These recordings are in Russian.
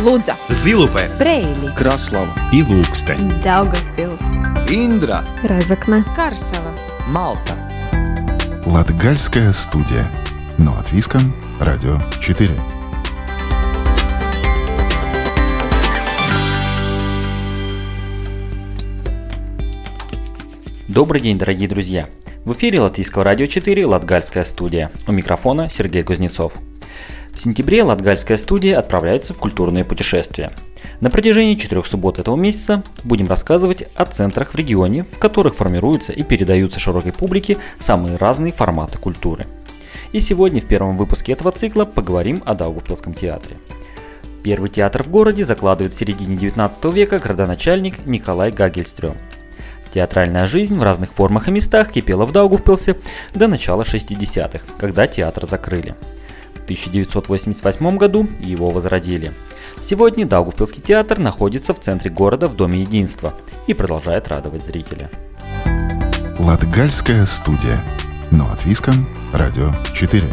Лудза, Зилупе, Брейли, Краслава и Лукстен, Даугавпилс, Индра, Разокна, Карсела, Малта. Латгальская студия. Но от Виском, Радио 4. Добрый день, дорогие друзья! В эфире Латвийского радио 4 «Латгальская студия». У микрофона Сергей Кузнецов. В сентябре «Латгальская студия» отправляется в культурные путешествия. На протяжении 4 суббот этого месяца будем рассказывать о центрах в регионе, в которых формируются и передаются широкой публике самые разные форматы культуры. И сегодня в первом выпуске этого цикла поговорим о Даугавпилском театре. Первый театр в городе закладывает в середине 19 века градоначальник Николай Гагельстрём. Театральная жизнь в разных формах и местах кипела в Даугавпилсе до начала 60-х, когда театр закрыли. В 1988 году его возродили. Сегодня Даугавпилский театр находится в центре города в Доме единства и продолжает радовать зрителя. Латгальская студия. Но от Виском, Радио 4.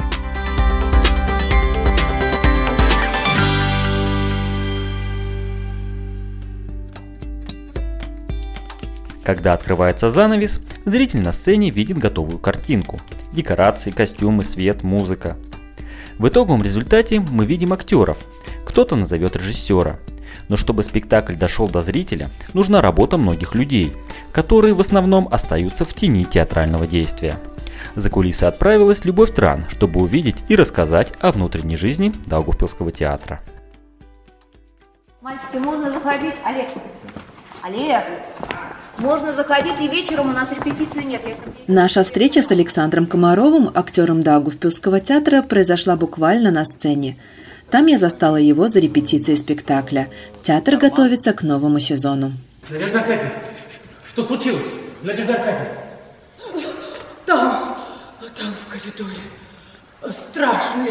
Когда открывается занавес, зритель на сцене видит готовую картинку. Декорации, костюмы, свет, музыка. В итоговом результате мы видим актеров. Кто-то назовет режиссера. Но чтобы спектакль дошел до зрителя, нужна работа многих людей, которые в основном остаются в тени театрального действия. За кулисы отправилась Любовь Тран, чтобы увидеть и рассказать о внутренней жизни Даугавпилского театра. Мальчики, можно заходить? Олег! Можно заходить, и вечером у нас репетиции нет. Наша встреча с Александром Комаровым, актером Даугавпилского театра, произошла буквально на сцене. Там я застала его за репетицией спектакля. Театр готовится к новому сезону. Надежда Аркадьевна, что случилось? Надежда Аркадьевна. Там в коридоре. Страшный,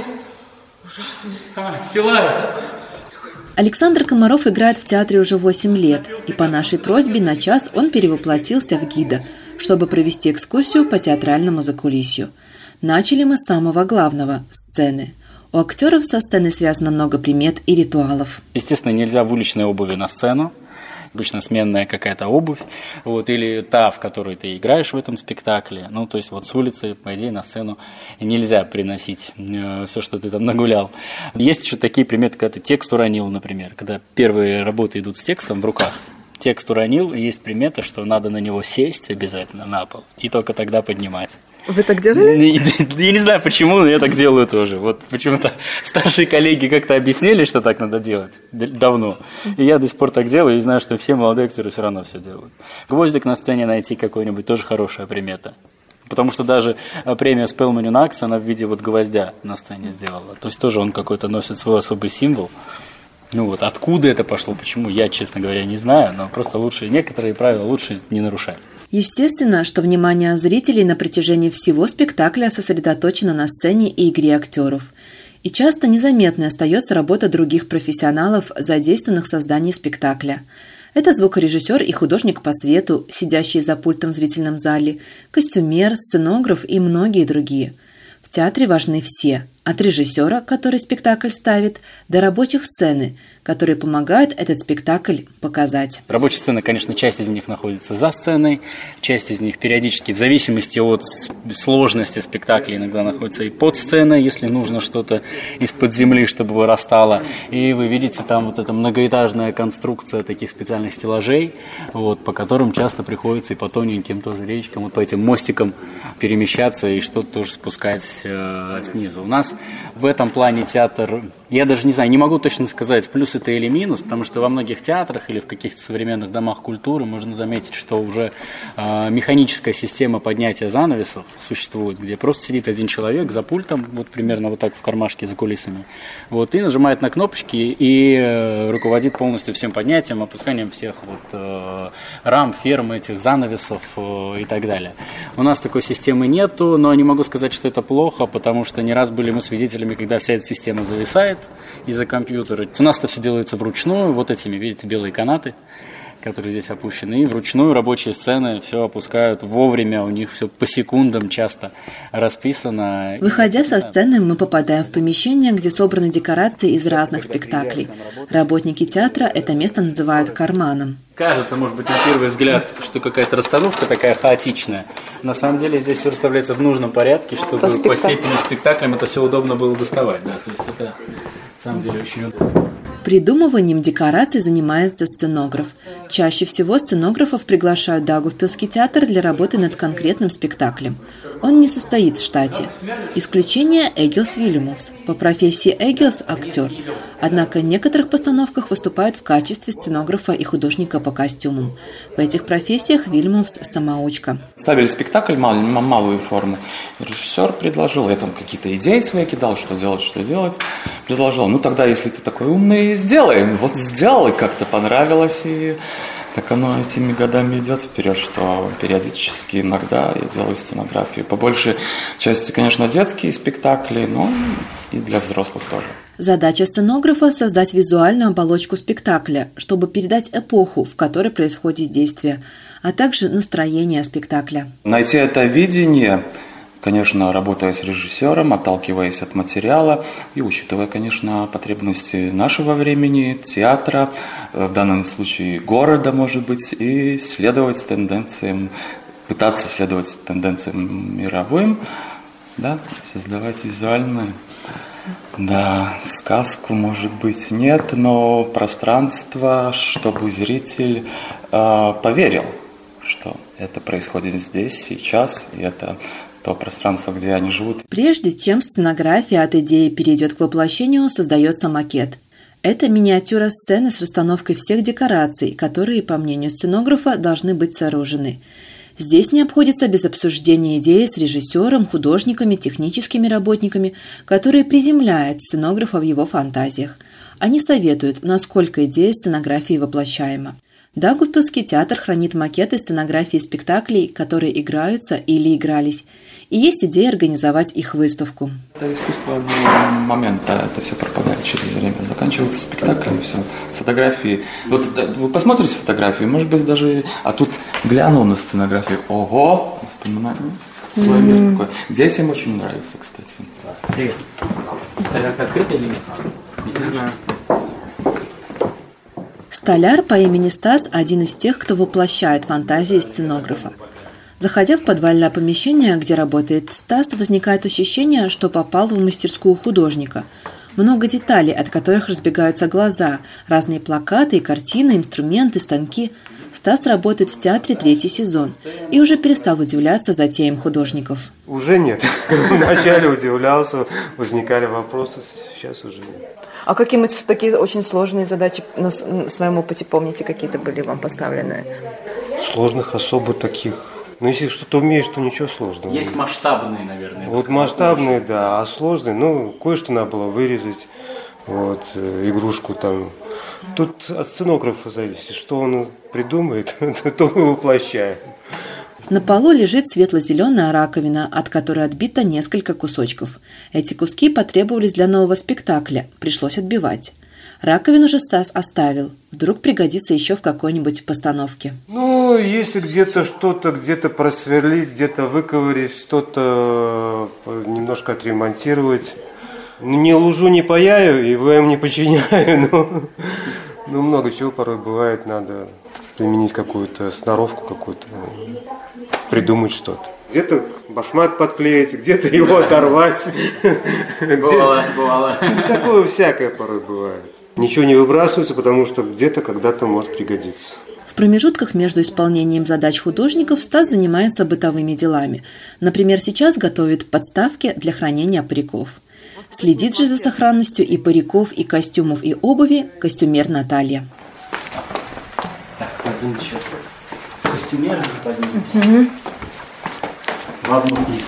ужасный. Силаев. Александр Комаров играет в театре уже 8 лет, и по нашей просьбе на час он перевоплотился в гида, чтобы провести экскурсию по театральному закулисью. Начали мы с самого главного – сцены. У актеров со сцены связано много примет и ритуалов. Естественно, нельзя в уличной обуви на сцену. Обычно сменная какая-то обувь, или та, в которой ты играешь в этом спектакле. То есть с улицы, по идее, на сцену нельзя приносить все, что ты там нагулял. Есть еще такие приметы, когда ты текст уронил, например, когда первые работы идут с текстом в руках. Текст уронил, и есть примета, что надо на него сесть обязательно на пол, и только тогда поднимать. Вы так делали? Я не знаю почему, но я так делаю тоже. Почему-то старшие коллеги как-то объяснили, что так надо делать давно. И я до сих пор так делаю, и знаю, что все молодые актеры все равно все делают. Гвоздик на сцене найти какой-нибудь тоже хорошая примета. Потому что даже премия Spelman Unax, она в виде гвоздя на сцене сделала. То есть тоже он какой-то носит свой особый символ. Откуда это пошло, почему, я, честно говоря, не знаю, но просто некоторые правила лучше не нарушать. Естественно, что внимание зрителей на протяжении всего спектакля сосредоточено на сцене и игре актеров. И часто незаметной остается работа других профессионалов, задействованных в создании спектакля. Это звукорежиссер и художник по свету, сидящий за пультом в зрительном зале, костюмер, сценограф и многие другие. В театре важны все, от режиссера, который спектакль ставит, до рабочих сцены, которые помогают этот спектакль показать. Рабочая сцена, конечно, часть из них находится за сценой, часть из них периодически, в зависимости от сложности спектакля, иногда находится и под сценой, если нужно что-то из-под земли, чтобы вырастало. И вы видите там эта многоэтажная конструкция таких специальных стеллажей, по которым часто приходится и по тоненьким тоже речкам, по этим мостикам перемещаться и что-то тоже спускать снизу. У нас в этом плане театр, я даже не знаю, не могу точно сказать, плюс это или минус, потому что во многих театрах или в каких-то современных домах культуры можно заметить, что уже механическая система поднятия занавесов существует, где просто сидит один человек за пультом, примерно так в кармашке за кулисами, и нажимает на кнопочки и руководит полностью всем поднятием, опусканием всех рам, ферм, этих занавесов и так далее. У нас такой системы нету, но не могу сказать, что это плохо, потому что не раз были мы свидетелями, когда вся эта система зависает из-за компьютера. У нас это все делается вручную, этими, видите, белые канаты, которые здесь опущены. И вручную рабочие сцены все опускают вовремя, у них все по секундам часто расписано. Выходя со сцены, мы попадаем в помещение, где собраны декорации из разных спектаклей. Работники театра это место называют карманом. Кажется, может быть, на первый взгляд, что какая-то расстановка такая хаотичная. На самом деле здесь все расставляется в нужном порядке, чтобы по степени спектаклям это все удобно было доставать. Да? То есть это на самом деле очень удобно. Придумыванием декораций занимается сценограф. Чаще всего сценографов приглашают в Даугавпилский театр для работы над конкретным спектаклем. Он не состоит в штате. Исключение Эгилс Вильямовс. По профессии Эгилс – актер. Однако в некоторых постановках выступает в качестве сценографа и художника по костюмам. В этих профессиях Вильямовс – самоучка. Ставили спектакль, малую форму. Режиссер предложил, я там какие-то идеи свои кидал, что делать. Предложил, ну тогда, если ты такой умный, сделаем. Вот сделал, и как-то понравилось, и так оно этими годами идет вперед, что периодически иногда я делаю сценографию. По большей части, конечно, детские спектакли, но и для взрослых тоже. Задача сценографа – создать визуальную оболочку спектакля, чтобы передать эпоху, в которой происходит действие, а также настроение спектакля. Найти это видение, конечно, работая с режиссером, отталкиваясь от материала и учитывая, конечно, потребности нашего времени, театра, в данном случае города, может быть, и следовать тенденциям, пытаться следовать тенденциям мировым, да, создавать визуальную. Да, сказку, может быть, нет, но пространство, чтобы зритель поверил, что это происходит здесь, сейчас, и это то пространство, где они живут. Прежде чем сценография от идеи перейдет к воплощению, создается макет. Это миниатюра сцены с расстановкой всех декораций, которые, по мнению сценографа, должны быть сооружены. Здесь не обходится без обсуждения идеи с режиссером, художниками, техническими работниками, которые приземляют сценографа в его фантазиях. Они советуют, насколько идея сценографии воплощаема. Даугавпилский театр хранит макеты сценографии спектаклей, которые играются или игрались. И есть идея организовать их выставку. Это искусство момента, это все пропадает через время. Заканчивается спектакль, и все. Фотографии. Вот вы посмотрите фотографии, может быть, даже... А тут глянул на сценографию. Ого! Вспоминаю. Свой мир такой. Детям очень нравится, кстати. Привет. Столяр открытый или нет? Не знаю. Столяр по имени Стас – один из тех, кто воплощает фантазии сценографа. Заходя в подвальное помещение, где работает Стас, возникает ощущение, что попал в мастерскую художника. Много деталей, от которых разбегаются глаза, разные плакаты и картины, инструменты, станки. Стас работает в театре 3-й сезон и уже перестал удивляться затеям художников. Уже нет. Вначале удивлялся, возникали вопросы, сейчас уже нет. А какие-нибудь такие очень сложные задачи на своем опыте, помните, какие-то были вам поставлены? Сложных особо таких. Но если что-то умеешь, то ничего сложного. Есть масштабные, наверное. Вот масштабные, да, а сложные, кое-что надо было вырезать, игрушку там. Тут от сценографа зависит, что он придумает, то мы воплощаем. На полу лежит светло-зеленая раковина, от которой отбито несколько кусочков. Эти куски потребовались для нового спектакля, пришлось отбивать. Раковину же Стас оставил. Вдруг пригодится еще в какой-нибудь постановке. Если где-то что-то, где-то просверлить, где-то выковырить, что-то немножко отремонтировать. Не лужу, не паяю и ВМ не починяю, но много чего порой бывает, надо применить какую-то сноровку, какую-то, придумать что-то. Где-то башмак подклеить, где-то его оторвать. Бывало. Такое всякое порой бывает. Ничего не выбрасывается, потому что где-то когда-то может пригодиться. В промежутках между исполнением задач художников Стас занимается бытовыми делами. Например, сейчас готовит подставки для хранения париков. Следит же за сохранностью и париков, и костюмов, и обуви костюмер Наталья. Так, пойдем сейчас в костюмер поднимемся. В одну из.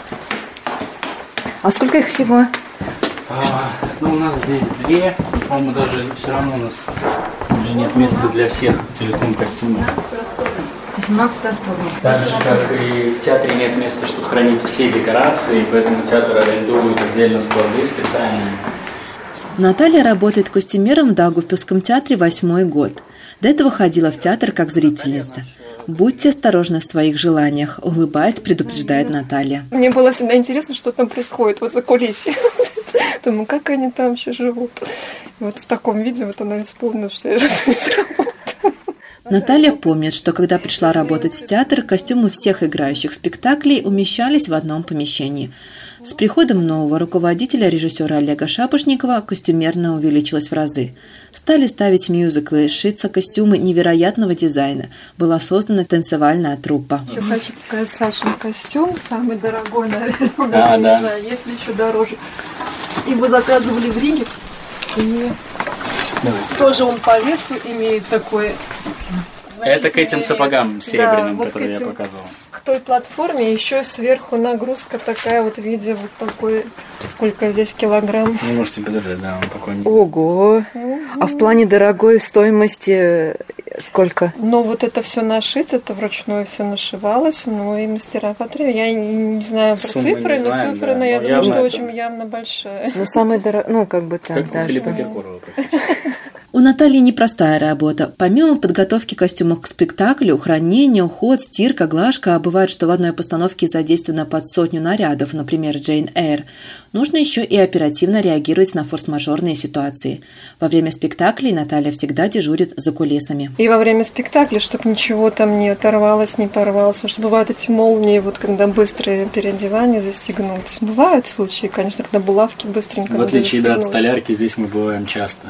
А сколько их всего? У нас здесь 2. По-моему, даже все равно у нас уже нет места для всех целиком костюмов. Так же, как и в театре нет места, чтобы хранить все декорации, поэтому театр арендует отдельно склады специальные. Наталья работает костюмером в Даугавпилском театре 8-й год. До этого ходила в театр как зрительница. «Будьте осторожны в своих желаниях», — улыбаясь, предупреждает Наталья. Мне было всегда интересно, что там происходит вот за кулисами. Думаю, как они там вообще живут. И вот в таком виде вот она исполнила, что я работаю. Наталья помнит, что когда пришла работать в театр, костюмы всех играющих спектаклей умещались в одном помещении. С приходом нового руководителя, режиссера Олега Шапошникова, костюмерная увеличилась в разы. Стали ставить мюзиклы, шиться костюмы невероятного дизайна. Была создана танцевальная труппа. Еще хочу показать Сашин костюм, самый дорогой, наверное, у нас, не знаю, если еще дороже. Его заказывали в Риге, и тоже он по весу имеет такой... Это к этим сапогам серебряным, да, которые я показывал. К той платформе еще сверху нагрузка такая вот в виде вот такой, сколько здесь килограмм. Не можете подержать, да, он такой. Ого! А в плане дорогой стоимости сколько? Ну вот это все нашить, это вручную все нашивалось, но и мастера потребовали. Я не знаю про цифры, но цифры, я думаю, что очень явно большая. Ну самый дорогой, ну как бы так, да. Как у Филиппа Киркорова практически. У Натальи непростая работа. Помимо подготовки костюмов к спектаклю, хранение, уход, стирка, глажка, бывает, что в одной постановке задействовано под 100 нарядов, например, Джейн Эйр. Нужно еще и оперативно реагировать на форс-мажорные ситуации. Во время спектаклей Наталья всегда дежурит за кулисами. И во время спектакля, чтобы ничего там не оторвалось, не порвалось. Потому что бывают эти молнии, вот когда быстрое переодевание застегнуть. Бывают случаи, конечно, когда булавки быстренько надо застегнуть. В отличие от столярки, здесь мы бываем часто.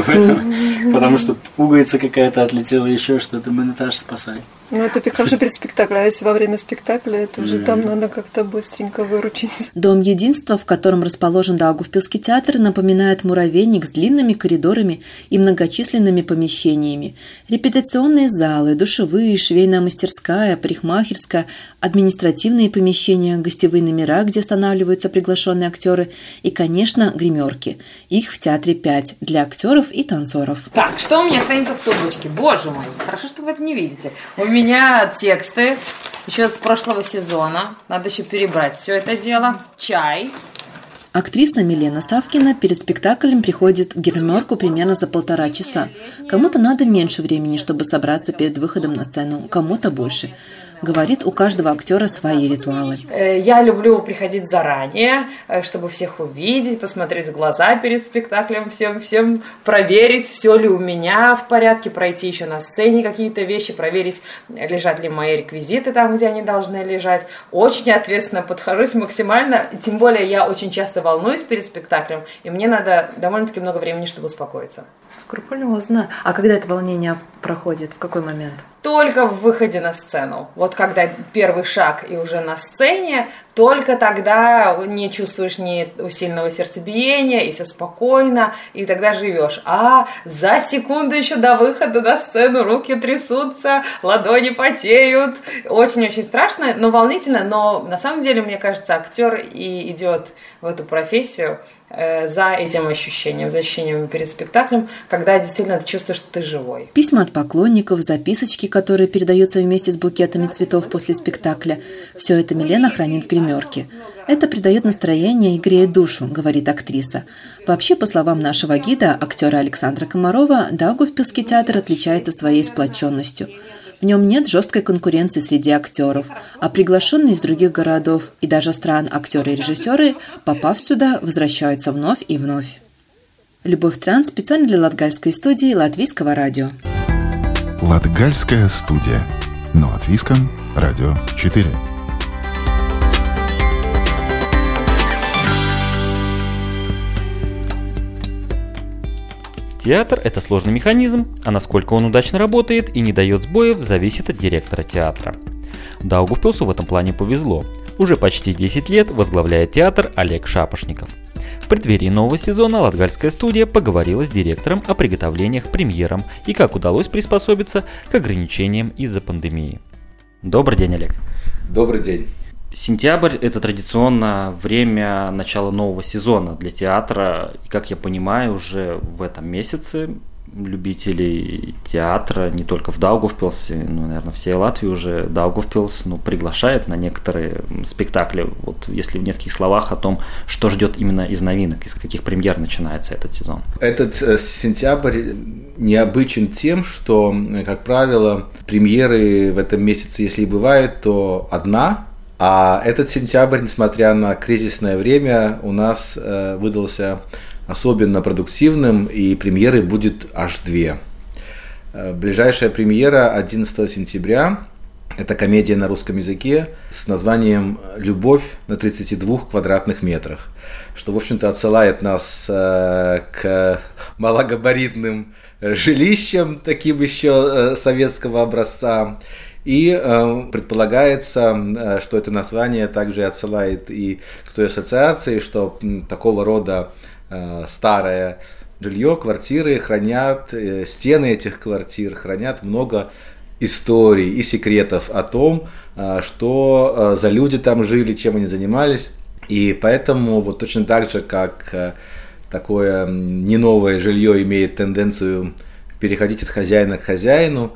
Потому что пуговица какая-то отлетела, еще что-то, мы Наташу спасаем. Ну, это хорошо перед спектаклем, а если во время спектакля, это уже там надо как-то быстренько выручить. Дом единства, в котором расположен Даугавпилский театр, напоминает муравейник с длинными коридорами и многочисленными помещениями. Репетиционные залы, душевые, швейная мастерская, парикмахерская, административные помещения, гостевые номера, где останавливаются приглашенные актеры и, конечно, гримерки. Их в театре 5 для актеров и танцоров. Так, что у меня хранится в тумбочке? Боже мой, хорошо, что вы это не видите. У меня тексты еще с прошлого сезона. Надо еще перебрать все это дело. Чай. Актриса Милена Савкина перед спектаклем приходит в гримерку примерно за 1,5 часа. Кому-то надо меньше времени, чтобы собраться перед выходом на сцену, кому-то больше. Говорит, у каждого актера свои ритуалы. Я люблю приходить заранее, чтобы всех увидеть, посмотреть в глаза перед спектаклем, всем проверить, все ли у меня в порядке, пройти еще на сцене какие-то вещи, проверить, лежат ли мои реквизиты там, где они должны лежать. Очень ответственно подхожусь максимально, тем более я очень часто волнуюсь перед спектаклем, и мне надо довольно-таки много времени, чтобы успокоиться. Скрупулезно. А когда это волнение проходит? В какой момент? Только в выходе на сцену. Вот когда первый шаг и уже на сцене, только тогда не чувствуешь ни сильного сердцебиения, и все спокойно, и тогда живешь. А за секунду еще до выхода на сцену руки трясутся, ладони потеют. Очень-очень страшно, но волнительно. Но на самом деле, мне кажется, актер и идет в эту профессию за этим ощущением, за ощущением перед спектаклем, когда действительно ты чувствуешь, что ты живой. Письма от поклонников, записочки, которые передаются вместе с букетами цветов после спектакля. Все это Милена хранит в гримерке. Это придает настроение и греет душу, говорит актриса. Вообще, по словам нашего гида, актера Александра Комарова, Даугавпилский театр отличается своей сплоченностью. В нем нет жесткой конкуренции среди актеров, а приглашенные из других городов и даже стран актеры и режиссеры, попав сюда, возвращаются вновь и вновь. Любовь Транс специально для Латгальской студии Латвийского радио. Латгальская студия. На Латвийском радио 4. Театр – это сложный механизм, а насколько он удачно работает и не дает сбоев, зависит от директора театра. Даугавпилсу в этом плане повезло. Уже почти 10 лет возглавляет театр Олег Шапошников. В преддверии нового сезона Латгальская студия поговорила с директором о приготовлениях к премьерам и как удалось приспособиться к ограничениям из-за пандемии. Добрый день, Олег. Добрый день. Сентябрь – это традиционно время начала нового сезона для театра. И, как я понимаю, уже в этом месяце любителей театра, не только в Даугавпилсе, наверное, всей Латвии уже Даугавпилс приглашает на некоторые спектакли. Вот если в нескольких словах о том, что ждет именно из новинок, из каких премьер начинается этот сезон. Этот сентябрь необычен тем, что, как правило, премьеры в этом месяце, если и бывает, то одна. А этот сентябрь, несмотря на кризисное время, у нас выдался особенно продуктивным, и премьеры будет аж 2. Ближайшая премьера 11 сентября – это комедия на русском языке с названием «Любовь на 32 квадратных метрах», что, в общем-то, отсылает нас к малогабаритным жилищам, таким еще советского образца. И предполагается, что это название также отсылает и к той ассоциации, что такого рода старое жилье, квартиры хранят, стены этих квартир хранят много историй и секретов о том, что за люди там жили, чем они занимались. И поэтому вот точно так же, как такое не новое жилье имеет тенденцию переходить от хозяина к хозяину,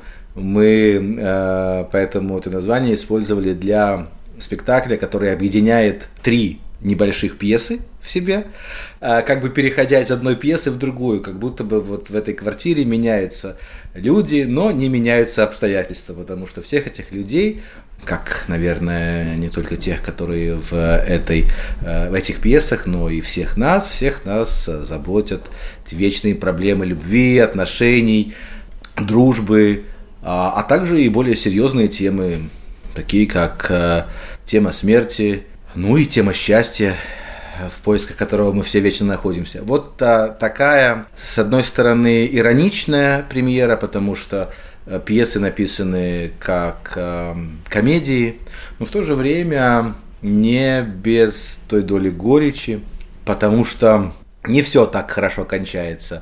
мы поэтому это название использовали для спектакля, который объединяет 3 небольших пьесы в себе, как бы переходя из одной пьесы в другую, как будто бы вот в этой квартире меняются люди, но не меняются обстоятельства, потому что всех этих людей, как, наверное, не только тех, которые в этих пьесах, но и всех нас заботят вечные проблемы любви, отношений, дружбы, а также и более серьезные темы, такие как тема смерти, ну и тема счастья, в поисках которого мы все вечно находимся. Вот такая, с одной стороны, ироничная премьера, потому что пьесы написаны как комедии, но в то же время не без той доли горечи, потому что не все так хорошо кончается.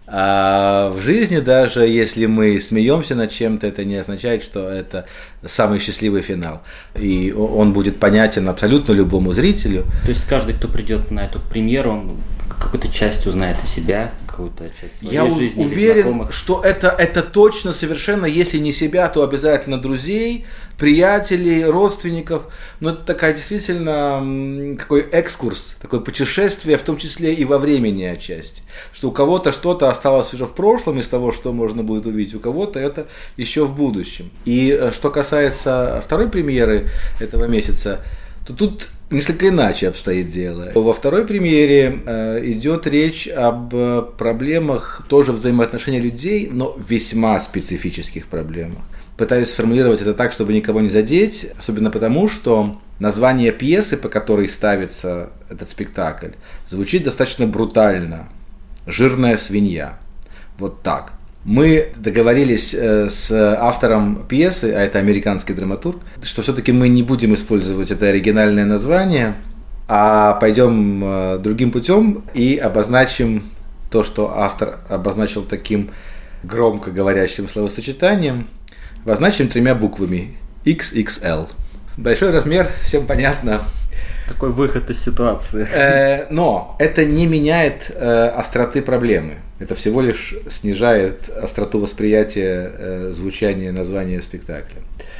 А в жизни, даже если мы смеемся над чем-то, это не означает, что это самый счастливый финал. И он будет понятен абсолютно любому зрителю. То есть каждый, кто придет на эту премьеру, он какую-то часть узнает о себя, какую-то часть своей жизни. Я уверен, что это точно совершенно, если не себя, то обязательно друзей, приятелей, родственников. Но это такая действительно такой экскурс, такое путешествие, в том числе и во времени отчасти. Что у кого-то что-то осталось уже в прошлом из того, что можно будет увидеть, у кого-то это еще в будущем. И что касается второй премьеры этого месяца, то тут несколько иначе обстоит дело. Во второй премьере идет речь об проблемах тоже взаимоотношений людей, но весьма специфических проблемах. Пытаюсь сформулировать это так, чтобы никого не задеть, особенно потому, что название пьесы, по которой ставится этот спектакль, звучит достаточно брутально. «Жирная свинья». Вот так. Мы договорились с автором пьесы, а это американский драматург, что все-таки мы не будем использовать это оригинальное название, а пойдем другим путем и обозначим то, что автор обозначил таким громко говорящим словосочетанием, обозначим 3 буквами XXL. Большой размер, всем понятно. Такой выход из ситуации. Но это не меняет остроты проблемы. Это всего лишь снижает остроту восприятия звучания названия спектакля.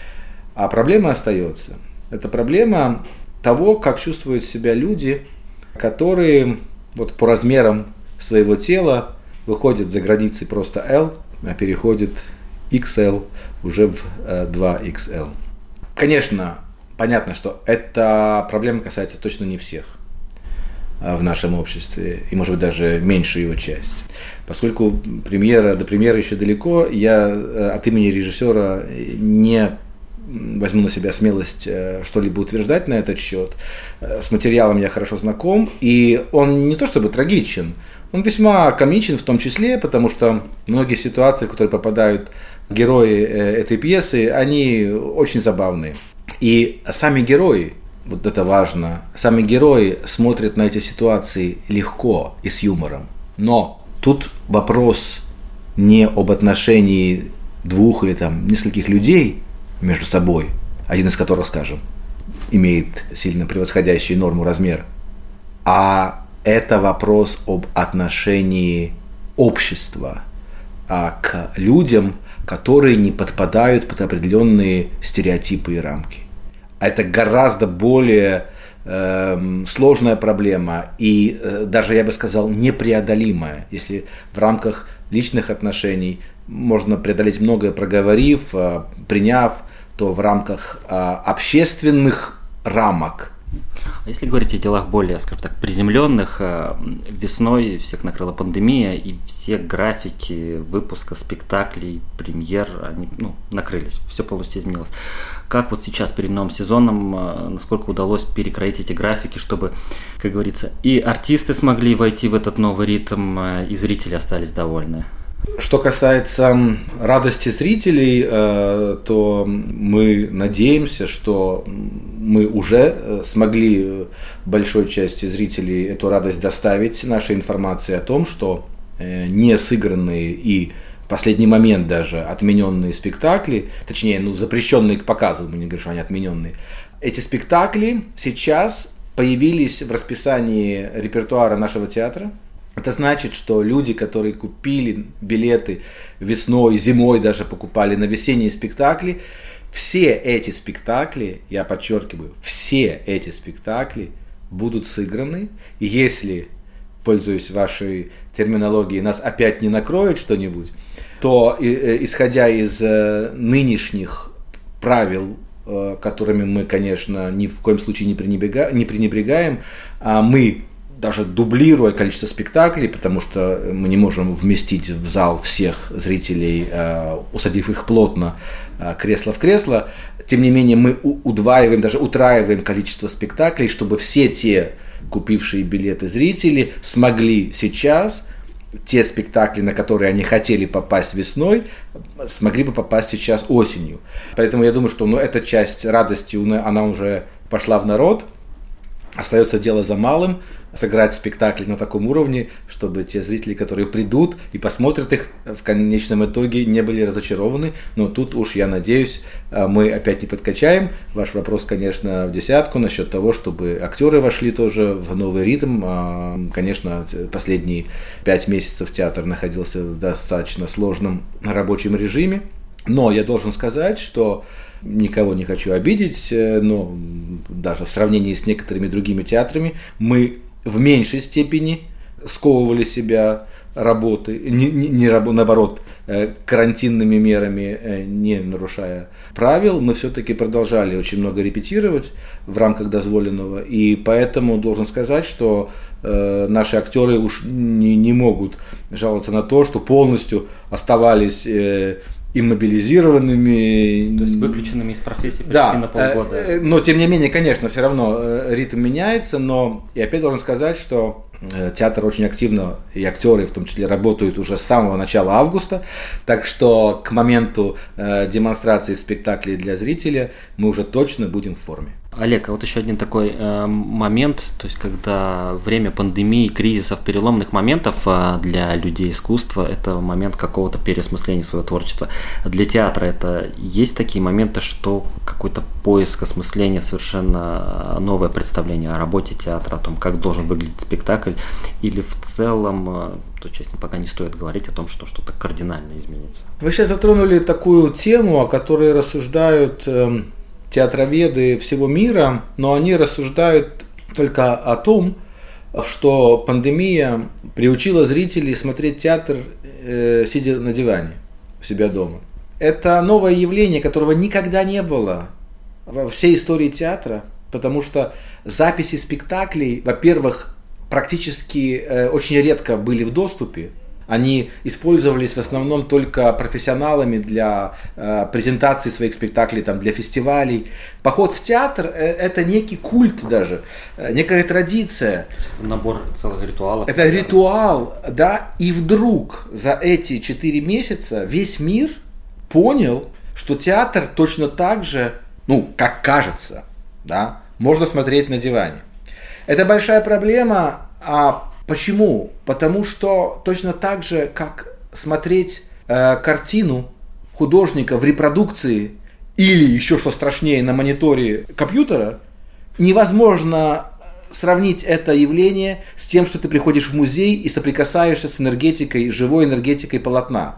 А проблема остается. Это проблема того, как чувствуют себя люди, которые вот по размерам своего тела выходят за границы просто L, а переходят XL уже в 2XL. Конечно, понятно, что эта проблема касается точно не всех в нашем обществе, и, может быть, даже меньшую его часть. Поскольку до премьеры еще далеко, я от имени режиссера не возьму на себя смелость что-либо утверждать на этот счет. С материалом я хорошо знаком, и он не то чтобы трагичен, он весьма комичен в том числе, потому что многие ситуации, в которые попадают герои этой пьесы, они очень забавные. И сами герои, вот это важно, сами герои смотрят на эти ситуации легко и с юмором. Но тут вопрос не об отношении 2 или нескольких людей между собой, один из которых, скажем, имеет сильно превосходящий норму размер, а это вопрос об отношении общества к людям, которые не подпадают под определенные стереотипы и рамки. Это гораздо более сложная проблема и даже, я бы сказал, непреодолимая. Если в рамках личных отношений можно преодолеть многое, проговорив, приняв, то в рамках общественных рамок. А если говорить о делах более, скажем так, приземленных, весной всех накрыла пандемия, и все графики выпуска спектаклей, премьер, они накрылись, все полностью изменилось. Как вот сейчас перед новым сезоном, насколько удалось перекроить эти графики, чтобы, как говорится, и артисты смогли войти в этот новый ритм, и зрители остались довольны? Что касается радости зрителей, то мы надеемся, что мы уже смогли большой части зрителей эту радость доставить нашей информацией о том, что не сыгранные и в последний момент даже отмененные спектакли, точнее, запрещенные к показу, мы не говорим, что они отмененные, эти спектакли сейчас появились в расписании репертуара нашего театра. Это значит, что люди, которые купили билеты весной, зимой даже покупали на весенние спектакли, все эти спектакли, я подчеркиваю, все эти спектакли будут сыграны. И если, пользуясь вашей терминологией, нас опять не накроет что-нибудь, то, исходя из нынешних правил, которыми мы, конечно, ни в коем случае не пренебрегаем, мы, даже дублируя количество спектаклей, потому что мы не можем вместить в зал всех зрителей, усадив их плотно кресло в кресло, тем не менее мы удваиваем, даже утраиваем количество спектаклей, чтобы все те купившие билеты зрители смогли сейчас те спектакли, на которые они хотели попасть весной, смогли бы попасть сейчас осенью. Поэтому я думаю, что эта часть радости, она уже пошла в народ. Остается дело за малым — сыграть спектакль на таком уровне, чтобы те зрители, которые придут и посмотрят их, в конечном итоге не были разочарованы. Но тут уж, я надеюсь, мы опять не подкачаем. Ваш вопрос, конечно, в десятку насчет того, чтобы актеры вошли тоже в новый ритм. Конечно, последние 5 месяцев театр находился в достаточно сложном рабочем режиме. Но я должен сказать, что никого не хочу обидеть, но даже в сравнении с некоторыми другими театрами мы в меньшей степени сковывали себя работой, наоборот, карантинными мерами, не нарушая правил. Мы все-таки продолжали очень много репетировать в рамках дозволенного, и поэтому должен сказать, что наши актеры уж не могут жаловаться на то, что полностью оставались иммобилизированными. То есть выключенными из профессии почти на полгода. Но тем не менее, конечно, все равно ритм меняется, но и опять должен сказать, что театр очень активно, и актеры в том числе, работают уже с самого начала августа, так что к моменту демонстрации спектаклей для зрителя мы уже точно будем в форме. Олег, а вот еще один такой момент, то есть когда время пандемии, кризисов, переломных моментов для людей искусства, это момент какого-то переосмысления своего творчества. Для театра это есть такие моменты, что какой-то поиск осмысления, совершенно новое представление о работе театра, о том, как должен выглядеть спектакль, или в целом, то, честно, пока не стоит говорить о том, что что-то кардинально изменится? Вы сейчас затронули такую тему, о которой рассуждают театроведы всего мира, но они рассуждают только о том, что пандемия приучила зрителей смотреть театр, сидя на диване у себя дома. Это новое явление, которого никогда не было во всей истории театра, потому что записи спектаклей, во-первых, практически очень редко были в доступе. Они использовались в основном только профессионалами для презентации своих спектаклей, для фестивалей. Поход в театр – это некий культ даже, некая традиция. Набор целых ритуалов. Это ритуал, да. И вдруг за эти 4 месяца весь мир понял, что театр точно так же, как кажется, да, можно смотреть на диване. Это большая проблема. Почему? Потому что точно так же, как смотреть картину художника в репродукции или еще что страшнее на мониторе компьютера, невозможно сравнить это явление с тем, что ты приходишь в музей и соприкасаешься с энергетикой, живой энергетикой полотна.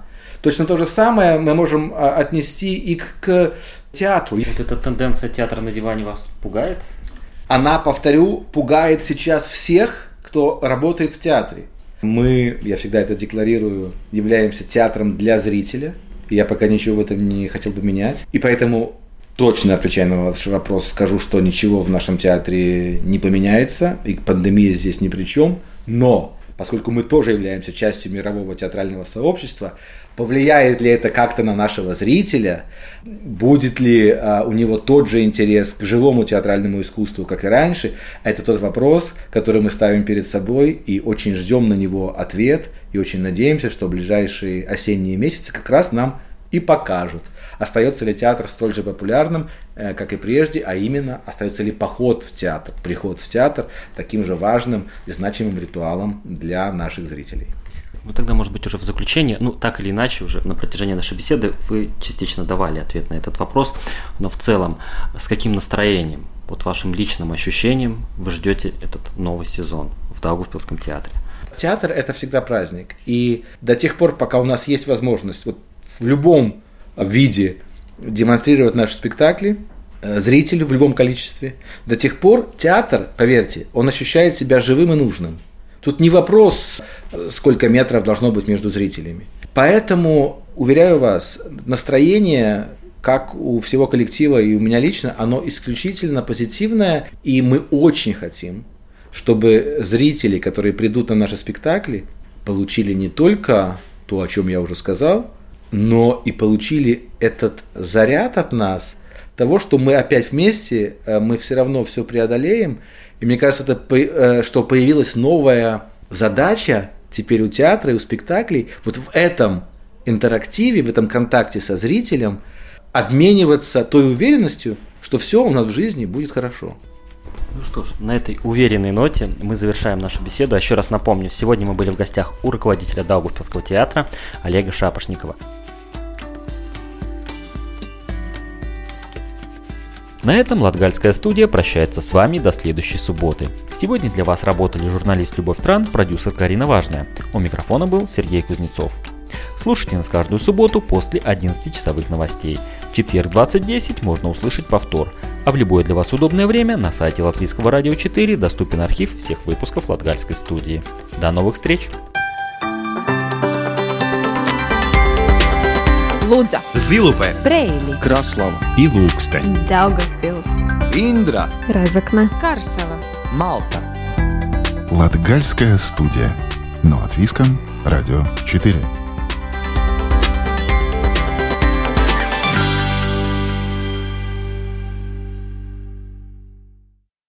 Точно то же самое мы можем отнести и к театру. Вот эта тенденция театра на диване вас пугает? Она, повторю, пугает сейчас всех, кто работает в театре. Мы, я всегда это декларирую, являемся театром для зрителя. Я пока ничего в этом не хотел бы менять. И поэтому, точно отвечая на ваш вопрос, скажу, что ничего в нашем театре не поменяется, и пандемия здесь ни при чем. Но, поскольку мы тоже являемся частью мирового театрального сообщества, повлияет ли это как-то на нашего зрителя? Будет ли у него тот же интерес к живому театральному искусству, как и раньше? Это тот вопрос, который мы ставим перед собой и очень ждем на него ответ. И очень надеемся, что ближайшие осенние месяцы как раз нам и покажут, остается ли театр столь же популярным, как и прежде, а именно, остается ли поход в театр, приход в театр таким же важным и значимым ритуалом для наших зрителей. Ну тогда, может быть, уже в заключение, так или иначе, уже на протяжении нашей беседы вы частично давали ответ на этот вопрос, но в целом, с каким настроением, вот вашим личным ощущением вы ждете этот новый сезон в Даугавпилском театре? Театр – это всегда праздник, и до тех пор, пока у нас есть возможность вот в любом виде демонстрировать наши спектакли зрителю в любом количестве, до тех пор театр, поверьте, он ощущает себя живым и нужным. Тут не вопрос, сколько метров должно быть между зрителями. Поэтому, уверяю вас, настроение, как у всего коллектива и у меня лично, оно исключительно позитивное, и мы очень хотим, чтобы зрители, которые придут на наши спектакли, получили не только то, о чем я уже сказал, но и получили этот заряд от нас, того, что мы опять вместе, мы все равно все преодолеем. И мне кажется, что появилась новая задача теперь у театра и у спектаклей вот в этом интерактиве, в этом контакте со зрителем обмениваться той уверенностью, что все у нас в жизни будет хорошо. Ну что ж, на этой уверенной ноте мы завершаем нашу беседу. Еще раз напомню, сегодня мы были в гостях у руководителя Даугавпилского театра Олега Шапошникова. На этом Латгальская студия прощается с вами до следующей субботы. Сегодня для вас работали журналист Любовь Тран, продюсер Карина Важная. У микрофона был Сергей Кузнецов. Слушайте нас каждую субботу после 11-часовых новостей. В четверг 20:10 можно услышать повтор, а в любое для вас удобное время на сайте Латвийского радио 4 доступен архив всех выпусков Латгальской студии. До новых встреч! Лудза, Зилупе, Брейли, Краслава и Лукстен, Даугавпилс, Индра, Разокна, Карсела, Малта. Латгальская студия. На Латвийском радио 4.